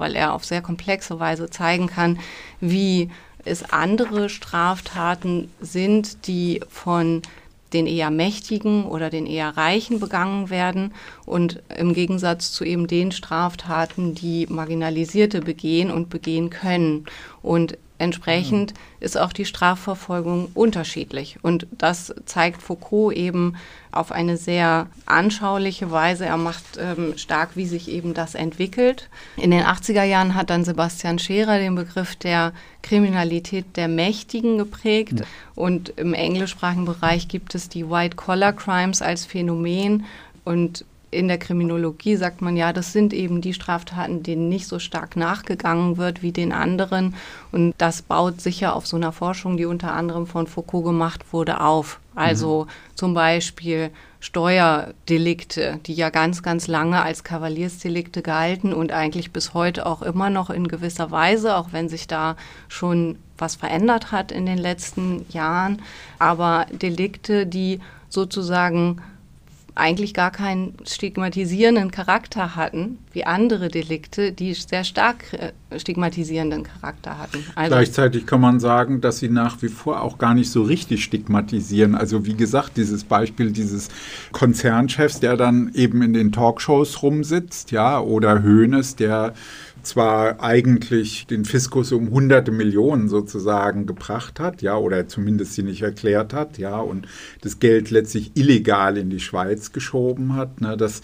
wie es andere Straftaten sind, die von den eher Mächtigen oder den eher Reichen begangen werden und im Gegensatz zu eben den Straftaten, die Marginalisierte begehen und begehen können. Und entsprechend ist auch die Strafverfolgung unterschiedlich. Und das zeigt Foucault eben auf eine sehr anschauliche Weise. Er macht stark, wie sich eben das entwickelt. In den 80er Jahren hat dann Sebastian Scherer den Begriff der Kriminalität der Mächtigen geprägt. Ja. Und im englischsprachigen Bereich gibt es die White-Collar-Crimes als Phänomen. Und in der Kriminologie sagt man ja, das sind eben die Straftaten, denen nicht so stark nachgegangen wird wie den anderen. Und das baut sicher auf so einer Forschung, die unter anderem von Foucault gemacht wurde, auf. Also zum Beispiel Steuerdelikte, die ja ganz, ganz lange als Kavaliersdelikte galten und eigentlich bis heute auch immer noch in gewisser Weise, auch wenn sich da schon was verändert hat in den letzten Jahren. Aber Delikte, die sozusagen eigentlich gar keinen stigmatisierenden Charakter hatten, wie andere Delikte, die sehr stark stigmatisierenden Charakter hatten. Also gleichzeitig kann man sagen, dass sie nach wie vor auch gar nicht so richtig stigmatisieren. Also wie gesagt, dieses Beispiel dieses Konzernchefs, der dann eben in den Talkshows rumsitzt, ja, oder Hoeneß, der zwar eigentlich den Fiskus um hunderte Millionen sozusagen gebracht hat, ja, oder zumindest sie nicht erklärt hat, ja, und das Geld letztlich illegal in die Schweiz geschoben hat, ne, dass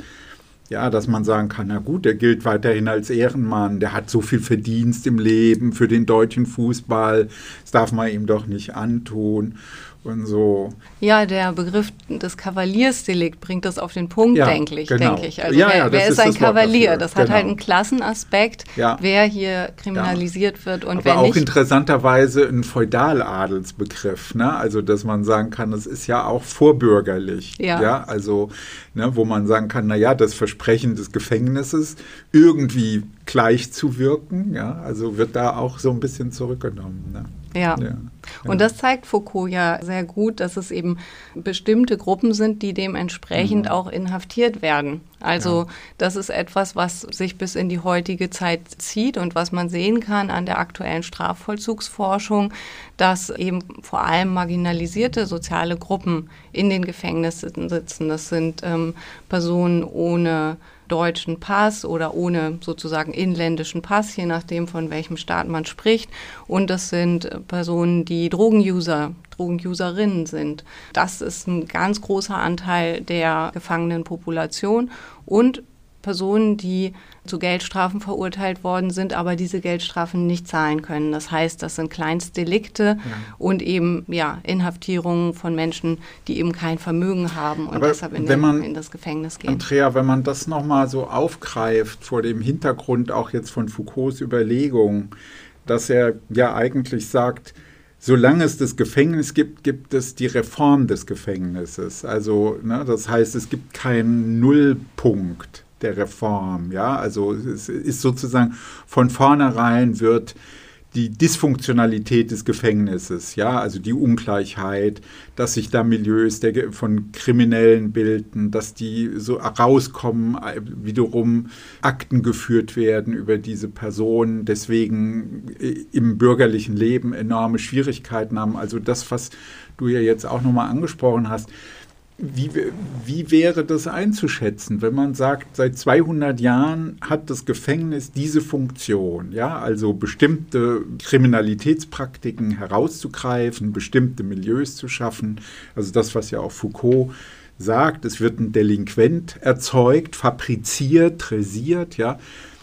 man sagen kann, na gut, der gilt weiterhin als Ehrenmann, der hat so viel Verdienst im Leben für den deutschen Fußball, das darf man ihm doch nicht antun. Und so. Ja, der Begriff des Kavaliersdelikt bringt das auf den Punkt, denke ich. Also wer ist ein Kavalier? Das hat halt einen Klassenaspekt, wer hier kriminalisiert wird und wer nicht. Aber auch interessanterweise ein Feudaladelsbegriff, ne? Also dass man sagen kann, das ist ja auch vorbürgerlich. Ja? Also ne, wo man sagen kann, naja, das Versprechen des Gefängnisses irgendwie gleich zu wirken, ja, also wird da auch so ein bisschen zurückgenommen. Ne? Ja, und das zeigt Foucault ja sehr gut, dass es eben bestimmte Gruppen sind, die dementsprechend auch inhaftiert werden. Also das ist etwas, was sich bis in die heutige Zeit zieht und was man sehen kann an der aktuellen Strafvollzugsforschung, dass eben vor allem marginalisierte soziale Gruppen in den Gefängnissen sitzen. Das sind Personen ohne deutschen Pass oder ohne sozusagen inländischen Pass, je nachdem von welchem Staat man spricht. Und das sind Personen, die Drogenuserinnen sind. Das ist ein ganz großer Anteil der Gefangenenpopulation und Personen, die zu Geldstrafen verurteilt worden sind, aber diese Geldstrafen nicht zahlen können. Das heißt, das sind Kleinstdelikte und eben Inhaftierungen von Menschen, die eben kein Vermögen haben und deshalb in das Gefängnis gehen. Andrea, wenn man das nochmal so aufgreift vor dem Hintergrund auch jetzt von Foucaults Überlegung, dass er ja eigentlich sagt, solange es das Gefängnis gibt, gibt es die Reform des Gefängnisses. Also ne, das heißt, es gibt keinen Nullpunkt der Reform, ja, also es ist sozusagen von vornherein wird die Dysfunktionalität des Gefängnisses, ja, also die Ungleichheit, dass sich da Milieus von Kriminellen bilden, dass die so rauskommen, wiederum Akten geführt werden über diese Personen, deswegen im bürgerlichen Leben enorme Schwierigkeiten haben. Also das, was du ja jetzt auch nochmal angesprochen hast, wie wäre das einzuschätzen, wenn man sagt, seit 200 Jahren hat das Gefängnis diese Funktion, ja, also bestimmte Kriminalitätspraktiken herauszugreifen, bestimmte Milieus zu schaffen, also das, was ja auch Foucault sagt, es wird ein Delinquent erzeugt, fabriziert, dressiert, ja,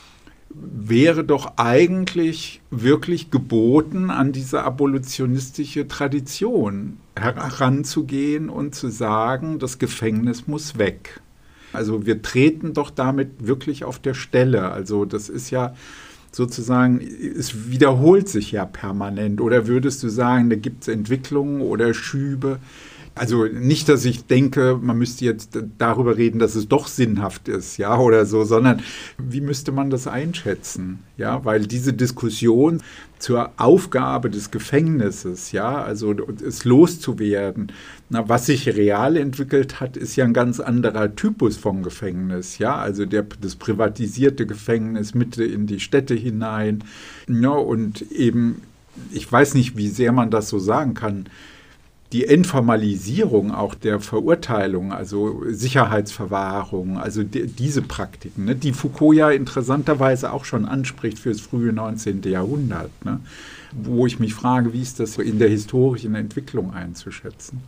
wäre doch eigentlich wirklich geboten, an diese abolitionistische Tradition heranzugehen und zu sagen, das Gefängnis muss weg. Also wir treten doch damit wirklich auf der Stelle. Also das ist ja sozusagen, es wiederholt sich ja permanent. Oder würdest du sagen, da gibt es Entwicklungen oder Schübe, Also nicht, dass ich denke, man müsste jetzt darüber reden, dass es doch sinnhaft ist, ja, oder so, sondern wie müsste man das einschätzen? Ja, weil diese Diskussion zur Aufgabe des Gefängnisses, ja, also es loszuwerden, was sich real entwickelt hat, ist ja ein ganz anderer Typus von Gefängnis, ja, also das privatisierte Gefängnis Mitte in die Städte hinein, ja, und eben, ich weiß nicht, wie sehr man das so sagen kann, die Entformalisierung auch der Verurteilung, also Sicherheitsverwahrung, also diese Praktiken, ne, die Foucault ja interessanterweise auch schon anspricht für das frühe 19. Jahrhundert, ne, wo ich mich frage, wie ist das in der historischen Entwicklung einzuschätzen?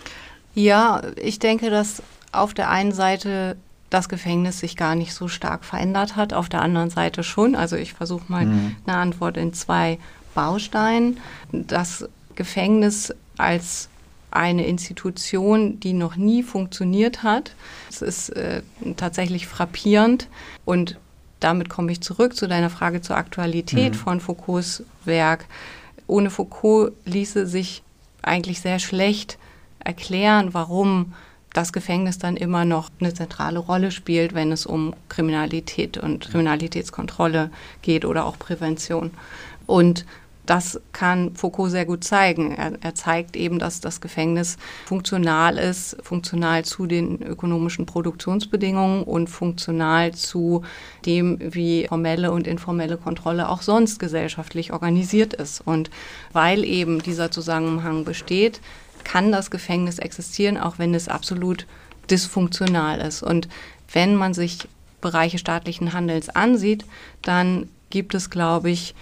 Ja, ich denke, dass auf der einen Seite das Gefängnis sich gar nicht so stark verändert hat, auf der anderen Seite schon. Also ich versuche mal eine Antwort in 2 Bausteinen. Das Gefängnis als eine Institution, die noch nie funktioniert hat. Es ist tatsächlich frappierend und damit komme ich zurück zu deiner Frage zur Aktualität von Foucaults Werk. Ohne Foucault ließe sich eigentlich sehr schlecht erklären, warum das Gefängnis dann immer noch eine zentrale Rolle spielt, wenn es um Kriminalität und Kriminalitätskontrolle geht oder auch Prävention. Und das kann Foucault sehr gut zeigen. Er zeigt eben, dass das Gefängnis funktional ist, funktional zu den ökonomischen Produktionsbedingungen und funktional zu dem, wie formelle und informelle Kontrolle auch sonst gesellschaftlich organisiert ist. Und weil eben dieser Zusammenhang besteht, kann das Gefängnis existieren, auch wenn es absolut dysfunktional ist. Und wenn man sich Bereiche staatlichen Handelns ansieht, dann gibt es, glaube ich,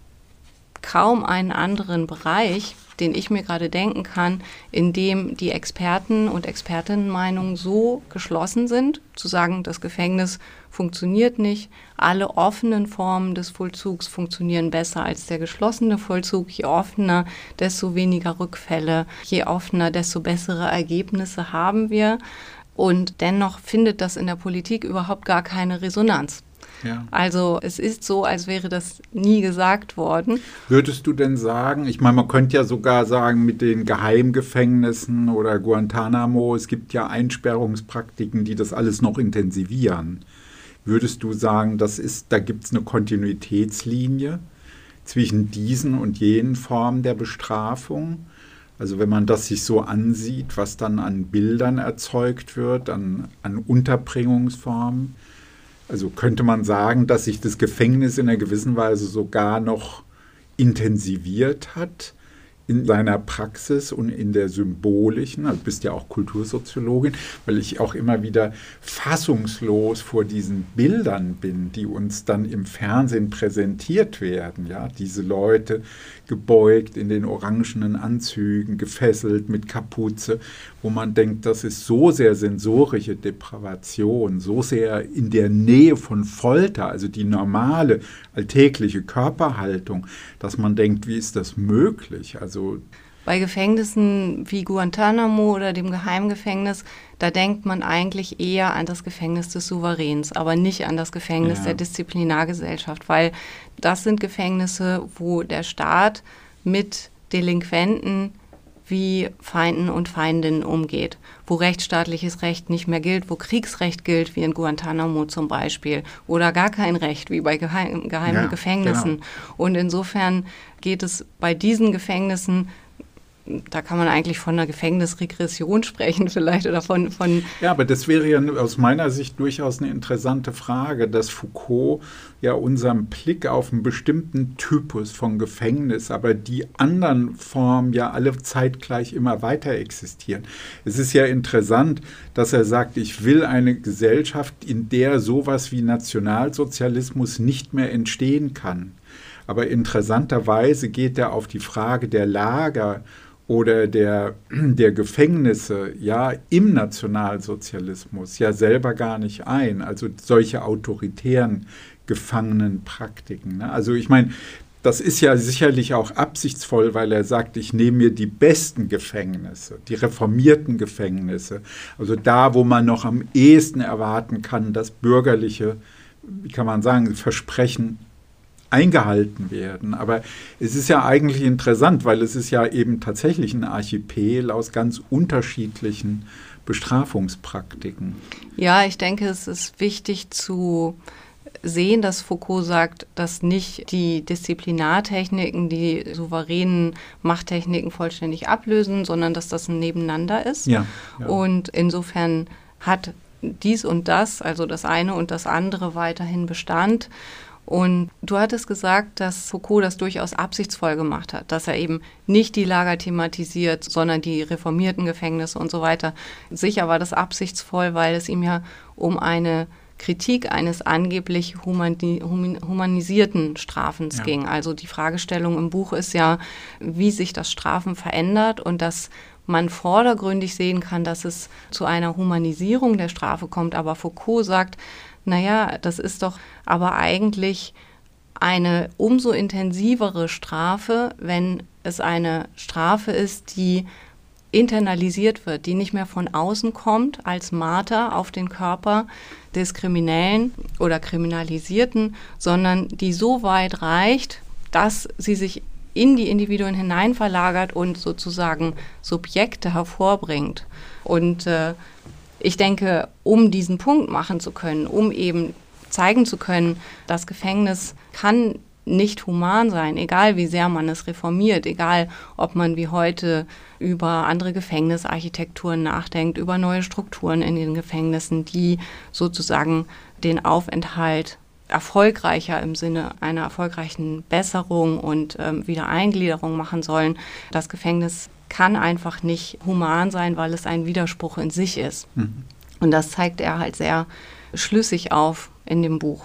kaum einen anderen Bereich, den ich mir gerade denken kann, in dem die Experten und Expertinnenmeinungen so geschlossen sind, zu sagen, das Gefängnis funktioniert nicht, alle offenen Formen des Vollzugs funktionieren besser als der geschlossene Vollzug. Je offener, desto weniger Rückfälle, je offener, desto bessere Ergebnisse haben wir. Und dennoch findet das in der Politik überhaupt gar keine Resonanz. Ja. Also es ist so, als wäre das nie gesagt worden. Würdest du denn sagen, ich meine, man könnte ja sogar sagen, mit den Geheimgefängnissen oder Guantanamo, es gibt ja Einsperrungspraktiken, die das alles noch intensivieren. Würdest du sagen, da gibt es eine Kontinuitätslinie zwischen diesen und jenen Formen der Bestrafung? Also wenn man das sich so ansieht, was dann an Bildern erzeugt wird, an Unterbringungsformen, also könnte man sagen, dass sich das Gefängnis in einer gewissen Weise sogar noch intensiviert hat in seiner Praxis und in der symbolischen, also du bist ja auch Kultursoziologin, weil ich auch immer wieder fassungslos vor diesen Bildern bin, die uns dann im Fernsehen präsentiert werden. Ja, diese Leute gebeugt in den orangenen Anzügen, gefesselt mit Kapuze, wo man denkt, das ist so sehr sensorische Depravation, so sehr in der Nähe von Folter, also die normale alltägliche Körperhaltung, dass man denkt, wie ist das möglich? Also bei Gefängnissen wie Guantanamo oder dem Geheimgefängnis, da denkt man eigentlich eher an das Gefängnis des Souveräns, aber nicht an das Gefängnis der Disziplinargesellschaft, weil das sind Gefängnisse, wo der Staat mit Delinquenten wie Feinden und Feindinnen umgeht, wo rechtsstaatliches Recht nicht mehr gilt, wo Kriegsrecht gilt, wie in Guantanamo zum Beispiel, oder gar kein Recht, wie bei geheimen Gefängnissen. Genau. Und insofern geht es bei diesen Gefängnissen, da kann man eigentlich von einer Gefängnisregression sprechen vielleicht oder von... Ja, aber das wäre ja aus meiner Sicht durchaus eine interessante Frage, dass Foucault ja unseren Blick auf einen bestimmten Typus von Gefängnis, aber die anderen Formen ja alle zeitgleich immer weiter existieren. Es ist ja interessant, dass er sagt, ich will eine Gesellschaft, in der sowas wie Nationalsozialismus nicht mehr entstehen kann. Aber interessanterweise geht er auf die Frage der Lager oder der Gefängnisse ja im Nationalsozialismus ja selber gar nicht ein, also solche autoritären Gefangenenpraktiken. Ne? Also ich meine, das ist ja sicherlich auch absichtsvoll, weil er sagt, ich nehme mir die besten Gefängnisse, die reformierten Gefängnisse, also da, wo man noch am ehesten erwarten kann, dass bürgerliche, wie kann man sagen, Versprechen eingehalten werden. Aber es ist ja eigentlich interessant, weil es ist ja eben tatsächlich ein Archipel aus ganz unterschiedlichen Bestrafungspraktiken. Ja, ich denke, es ist wichtig zu sehen, dass Foucault sagt, dass nicht die Disziplinartechniken die souveränen Machttechniken vollständig ablösen, sondern dass das ein Nebeneinander ist. Ja. Und insofern hat dies und das, also das eine und das andere, weiterhin Bestand. Und du hattest gesagt, dass Foucault das durchaus absichtsvoll gemacht hat, dass er eben nicht die Lager thematisiert, sondern die reformierten Gefängnisse und so weiter. Sicher war das absichtsvoll, weil es ihm ja um eine Kritik eines angeblich humanisierten Strafens ging. Also die Fragestellung im Buch ist ja, wie sich das Strafen verändert und dass man vordergründig sehen kann, dass es zu einer Humanisierung der Strafe kommt. Aber Foucault sagt, naja, das ist doch aber eigentlich eine umso intensivere Strafe, wenn es eine Strafe ist, die internalisiert wird, die nicht mehr von außen kommt als Marter auf den Körper des Kriminellen oder Kriminalisierten, sondern die so weit reicht, dass sie sich in die Individuen hineinverlagert und sozusagen Subjekte hervorbringt. Und ich denke, um diesen Punkt machen zu können, um eben zeigen zu können, das Gefängnis kann nicht human sein, egal wie sehr man es reformiert, egal ob man wie heute über andere Gefängnisarchitekturen nachdenkt, über neue Strukturen in den Gefängnissen, die sozusagen den Aufenthalt erfolgreicher im Sinne einer erfolgreichen Besserung und Wiedereingliederung machen sollen. Das Gefängnis kann einfach nicht human sein, weil es ein Widerspruch in sich ist. Mhm. Und das zeigt er halt sehr schlüssig auf in dem Buch.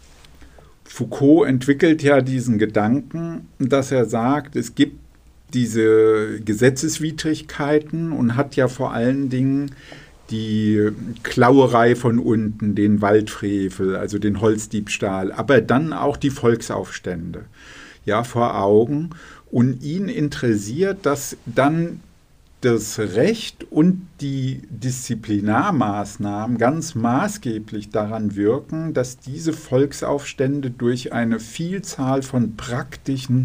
Foucault entwickelt ja diesen Gedanken, dass er sagt, es gibt diese Gesetzeswidrigkeiten und hat ja vor allen Dingen die Klauerei von unten, den Waldfrevel, also den Holzdiebstahl, aber dann auch die Volksaufstände vor Augen. Und ihn interessiert, dass dann das Recht und die Disziplinarmaßnahmen ganz maßgeblich daran wirken, dass diese Volksaufstände durch eine Vielzahl von praktischen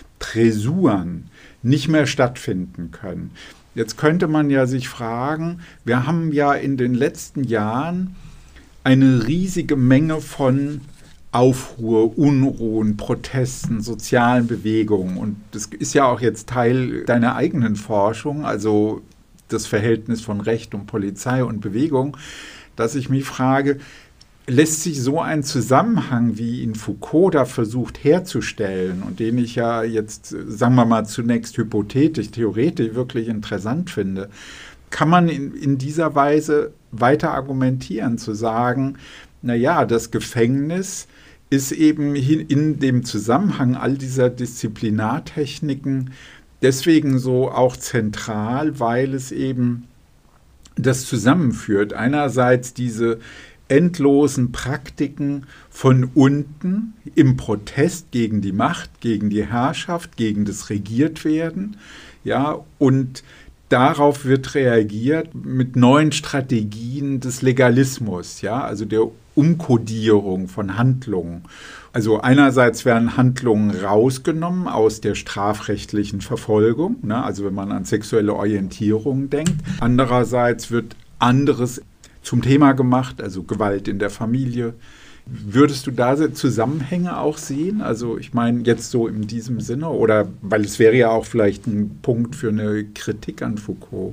Träsuren nicht mehr stattfinden können. Jetzt könnte man ja sich fragen, wir haben ja in den letzten Jahren eine riesige Menge von Aufruhr, Unruhen, Protesten, sozialen Bewegungen. Und das ist ja auch jetzt Teil deiner eigenen Forschung, also das Verhältnis von Recht und Polizei und Bewegung, dass ich mich frage, lässt sich so ein Zusammenhang, wie ihn Foucault da versucht herzustellen und den ich ja jetzt, sagen wir mal, zunächst hypothetisch, theoretisch wirklich interessant finde, kann man in dieser Weise weiter argumentieren, zu sagen, naja, das Gefängnis ist eben in dem Zusammenhang all dieser Disziplinartechniken deswegen so auch zentral, weil es eben das zusammenführt. Einerseits diese endlosen Praktiken von unten im Protest gegen die Macht, gegen die Herrschaft, gegen das Regiertwerden, und darauf wird reagiert mit neuen Strategien des Legalismus, also der Umkodierung von Handlungen. Also einerseits werden Handlungen rausgenommen aus der strafrechtlichen Verfolgung, also wenn man an sexuelle Orientierung denkt. Andererseits wird anderes zum Thema gemacht, also Gewalt in der Familie. Würdest du da Zusammenhänge auch sehen? Also ich meine jetzt so in diesem Sinne, oder weil es wäre ja auch vielleicht ein Punkt für eine Kritik an Foucault.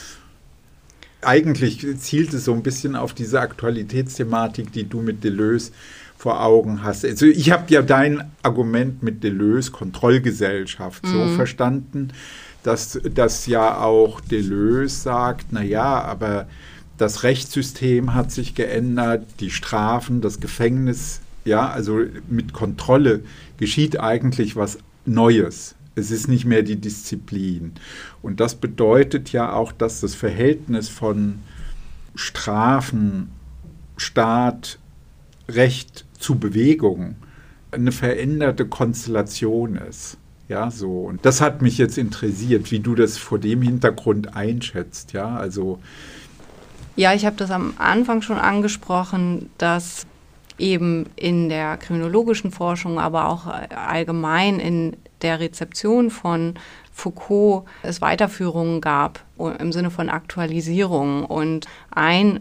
Eigentlich zielt es so ein bisschen auf diese Aktualitätsthematik, die du mit Deleuze vor Augen hast. Also ich habe ja dein Argument mit Deleuze, Kontrollgesellschaft, so verstanden, dass das ja auch Deleuze sagt, naja, aber das Rechtssystem hat sich geändert, die Strafen, das Gefängnis, also mit Kontrolle geschieht eigentlich was Neues. Es ist nicht mehr die Disziplin. Und das bedeutet ja auch, dass das Verhältnis von Strafen, Staat, Recht zu Bewegung eine veränderte Konstellation ist. Und das hat mich jetzt interessiert, wie du das vor dem Hintergrund einschätzt. Ja, ich habe das am Anfang schon angesprochen, dass eben in der kriminologischen Forschung, aber auch allgemein in der Rezeption von Foucault es Weiterführungen gab im Sinne von Aktualisierung. Und ein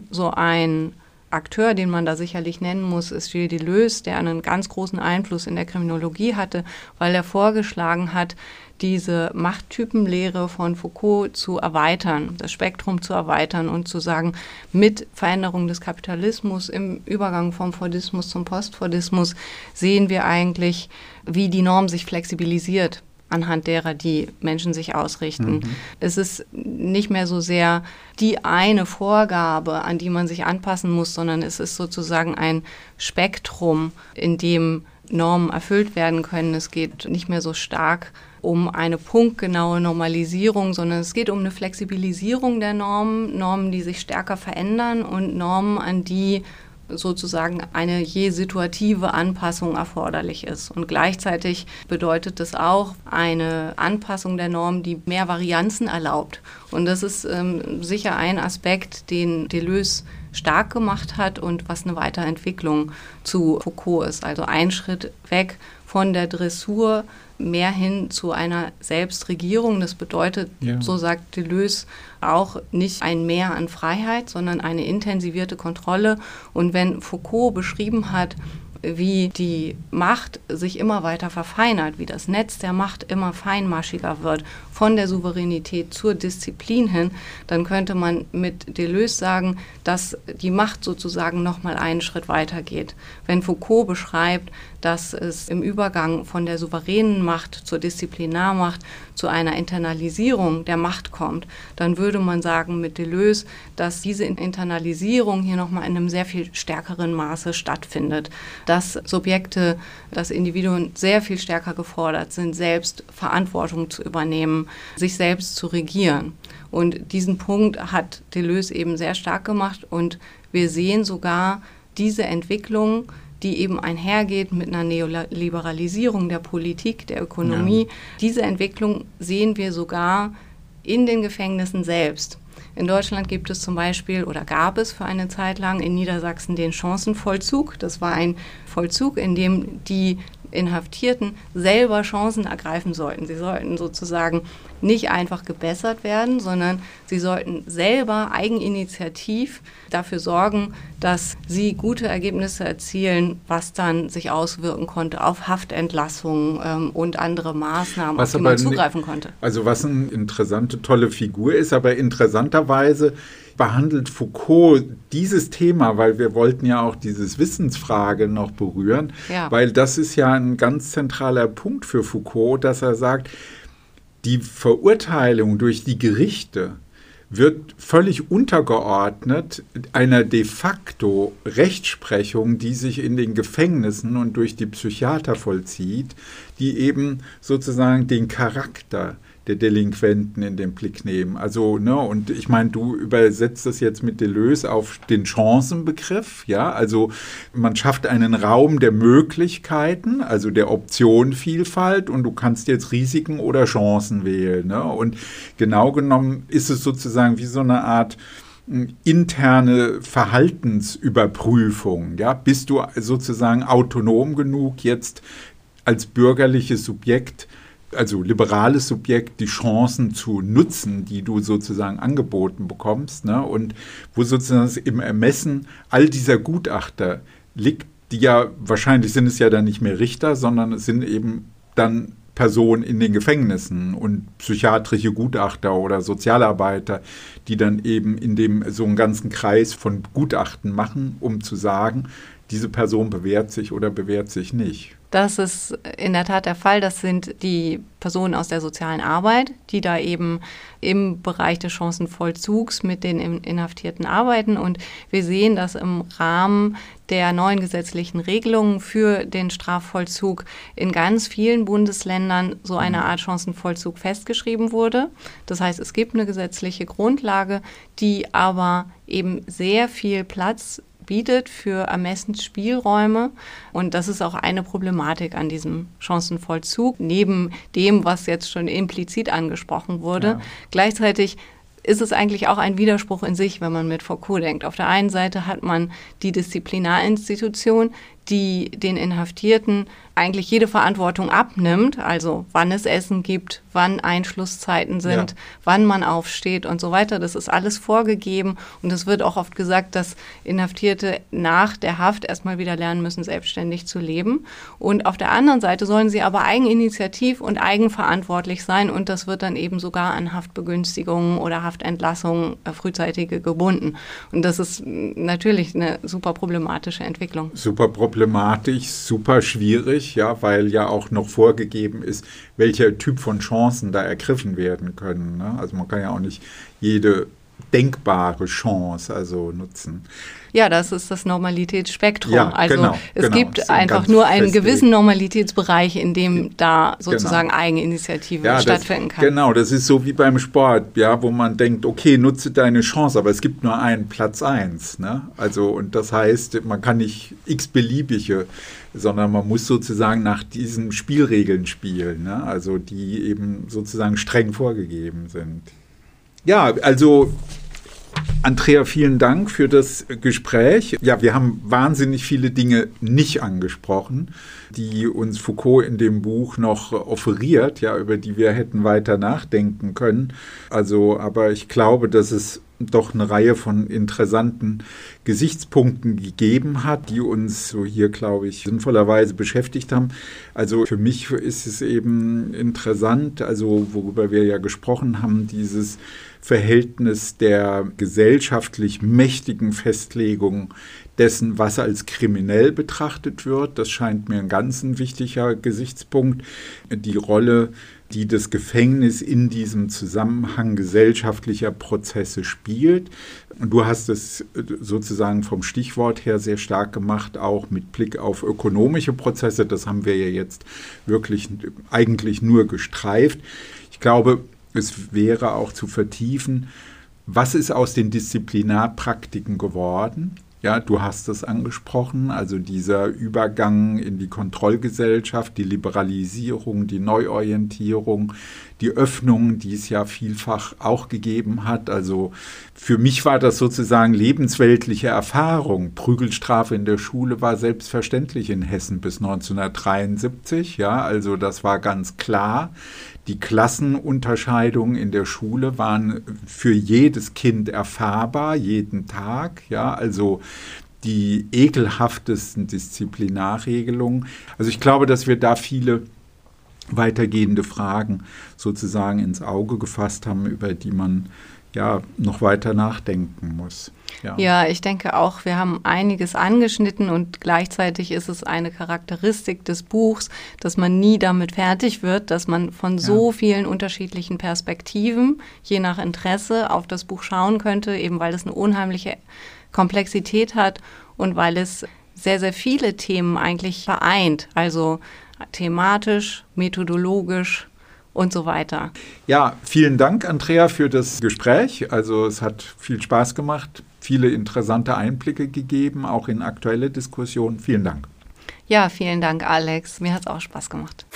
Akteur, den man da sicherlich nennen muss, ist Gilles Deleuze, der einen ganz großen Einfluss in der Kriminologie hatte, weil er vorgeschlagen hat, diese Machttypenlehre von Foucault zu erweitern, das Spektrum zu erweitern und zu sagen, mit Veränderung des Kapitalismus im Übergang vom Fordismus zum Postfordismus sehen wir eigentlich, wie die Norm sich flexibilisiert, anhand derer die Menschen sich ausrichten. Es ist nicht mehr so sehr die eine Vorgabe, an die man sich anpassen muss, sondern es ist sozusagen ein Spektrum, in dem Normen erfüllt werden können. Es geht nicht mehr so stark um eine punktgenaue Normalisierung, sondern es geht um eine Flexibilisierung der Normen, die sich stärker verändern und Normen, an die sozusagen eine je situative Anpassung erforderlich ist. Und gleichzeitig bedeutet das auch eine Anpassung der Norm, die mehr Varianzen erlaubt. Und das ist sicher ein Aspekt, den Deleuze stark gemacht hat und was eine Weiterentwicklung zu Foucault ist. Also ein Schritt weg von der Dressur mehr hin zu einer Selbstregierung. Das bedeutet, so sagt Deleuze, auch nicht ein Mehr an Freiheit, sondern eine intensivierte Kontrolle. Und wenn Foucault beschrieben hat, wie die Macht sich immer weiter verfeinert, wie das Netz der Macht immer feinmaschiger wird, von der Souveränität zur Disziplin hin, dann könnte man mit Deleuze sagen, dass die Macht sozusagen nochmal einen Schritt weiter geht. Wenn Foucault beschreibt, dass es im Übergang von der souveränen Macht zur Disziplinarmacht zu einer Internalisierung der Macht kommt, dann würde man sagen mit Deleuze, dass diese Internalisierung hier nochmal in einem sehr viel stärkeren Maße stattfindet. Dass Subjekte, dass Individuen sehr viel stärker gefordert sind, selbst Verantwortung zu übernehmen, sich selbst zu regieren. Und diesen Punkt hat Deleuze eben sehr stark gemacht und wir sehen sogar diese Entwicklung, die eben einhergeht mit einer Neoliberalisierung der Politik, der Ökonomie. Diese Entwicklung sehen wir sogar in den Gefängnissen selbst. In Deutschland gibt es zum Beispiel oder gab es für eine Zeit lang in Niedersachsen den Chancenvollzug. Das war ein Vollzug, in dem die Inhaftierten selber Chancen ergreifen sollten. Sie sollten sozusagen nicht einfach gebessert werden, sondern sie sollten selber eigeninitiativ dafür sorgen, dass sie gute Ergebnisse erzielen, was dann sich auswirken konnte auf Haftentlassungen und andere Maßnahmen, auf die man zugreifen konnte. Also was eine interessante, tolle Figur ist, aber interessanterweise behandelt Foucault dieses Thema, weil wir wollten ja auch dieses Wissensfrage noch berühren, weil das ist ja ein ganz zentraler Punkt für Foucault, dass er sagt, die Verurteilung durch die Gerichte wird völlig untergeordnet einer de facto Rechtsprechung, die sich in den Gefängnissen und durch die Psychiater vollzieht, die eben sozusagen den Charakter der Delinquenten in den Blick nehmen. Also, ne, und ich meine, du übersetzt das jetzt mit Deleuze auf den Chancenbegriff, ja, also man schafft einen Raum der Möglichkeiten, also der Optionenvielfalt und du kannst jetzt Risiken oder Chancen wählen, ne, und genau genommen ist es sozusagen wie so eine Art interne Verhaltensüberprüfung, ja, bist du sozusagen autonom genug, jetzt als bürgerliches Subjekt, also liberales Subjekt, die Chancen zu nutzen, die du sozusagen angeboten bekommst, ne? Und wo sozusagen im Ermessen all dieser Gutachter liegt, die ja wahrscheinlich sind es ja dann nicht mehr Richter, sondern es sind eben dann Personen in den Gefängnissen und psychiatrische Gutachter oder Sozialarbeiter, die dann eben in dem so einen ganzen Kreis von Gutachten machen, um zu sagen, diese Person bewährt sich oder bewährt sich nicht. Das ist in der Tat der Fall. Das sind die Personen aus der sozialen Arbeit, die da eben im Bereich des Chancenvollzugs mit den Inhaftierten arbeiten. Und wir sehen, dass im Rahmen der neuen gesetzlichen Regelungen für den Strafvollzug in ganz vielen Bundesländern so eine Art Chancenvollzug festgeschrieben wurde. Das heißt, es gibt eine gesetzliche Grundlage, die aber eben sehr viel Platz bietet für Ermessensspielräume. Und das ist auch eine Problematik an diesem Chancenvollzug, neben dem, was jetzt schon implizit angesprochen wurde. Ja. Gleichzeitig ist es eigentlich auch ein Widerspruch in sich, wenn man mit Foucault denkt. Auf der einen Seite hat man die Disziplinarinstitution, die den Inhaftierten eigentlich jede Verantwortung abnimmt, also wann es Essen gibt, wann Einschlusszeiten sind, wann man aufsteht und so weiter. Das ist alles vorgegeben und es wird auch oft gesagt, dass Inhaftierte nach der Haft erstmal wieder lernen müssen, selbstständig zu leben. Und auf der anderen Seite sollen sie aber eigeninitiativ und eigenverantwortlich sein und das wird dann eben sogar an Haftbegünstigungen oder Haftentlassungen frühzeitige gebunden. Und das ist natürlich eine super problematische Entwicklung. Super problematisch, super schwierig, ja, weil ja auch noch vorgegeben ist, welcher Typ von Chancen da ergriffen werden können. Ne? Also man kann ja auch nicht jede denkbare Chance also nutzen. Ja, das ist das Normalitätsspektrum. Ja, also es gibt einfach nur einen gewissen Normalitätsbereich, in dem da sozusagen Eigeninitiative stattfinden kann. Genau, das ist so wie beim Sport, ja, wo man denkt, okay, nutze deine Chance, aber es gibt nur einen Platz 1. Ne? Also, und das heißt, man kann nicht x-beliebige, sondern man muss sozusagen nach diesen Spielregeln spielen, ne? Also die eben sozusagen streng vorgegeben sind. Ja, also Andrea, vielen Dank für das Gespräch. Ja, wir haben wahnsinnig viele Dinge nicht angesprochen, die uns Foucault in dem Buch noch offeriert, ja, über die wir hätten weiter nachdenken können. Also, aber ich glaube, dass es doch eine Reihe von interessanten Gesichtspunkten gegeben hat, die uns so hier, glaube ich, sinnvollerweise beschäftigt haben. Also für mich ist es eben interessant, also worüber wir ja gesprochen haben, dieses Verhältnis der gesellschaftlich mächtigen Festlegung dessen, was als kriminell betrachtet wird. Das scheint mir ein ganz wichtiger Gesichtspunkt. Die Rolle, die das Gefängnis in diesem Zusammenhang gesellschaftlicher Prozesse spielt. Und du hast es sozusagen vom Stichwort her sehr stark gemacht, auch mit Blick auf ökonomische Prozesse. Das haben wir ja jetzt wirklich eigentlich nur gestreift. Ich glaube, es wäre auch zu vertiefen, was ist aus den Disziplinarpraktiken geworden? Ja, du hast es angesprochen, also dieser Übergang in die Kontrollgesellschaft, die Liberalisierung, die Neuorientierung, die Öffnung, die es ja vielfach auch gegeben hat. Also für mich war das sozusagen lebensweltliche Erfahrung. Prügelstrafe in der Schule war selbstverständlich in Hessen bis 1973. Ja, also das war ganz klar. Die Klassenunterscheidungen in der Schule waren für jedes Kind erfahrbar, jeden Tag. Ja, also die ekelhaftesten Disziplinarregelungen. Also ich glaube, dass wir da viele weitergehende Fragen sozusagen ins Auge gefasst haben, über die man ja noch weiter nachdenken muss. Ja, ich denke auch, wir haben einiges angeschnitten und gleichzeitig ist es eine Charakteristik des Buchs, dass man nie damit fertig wird, dass man von so vielen unterschiedlichen Perspektiven, je nach Interesse, auf das Buch schauen könnte, eben weil es eine unheimliche Komplexität hat und weil es sehr, sehr viele Themen eigentlich vereint, also thematisch, methodologisch und so weiter. Ja, vielen Dank, Andrea, für das Gespräch. Also es hat viel Spaß gemacht, viele interessante Einblicke gegeben, auch in aktuelle Diskussionen. Vielen Dank. Ja, vielen Dank, Alex. Mir hat es auch Spaß gemacht.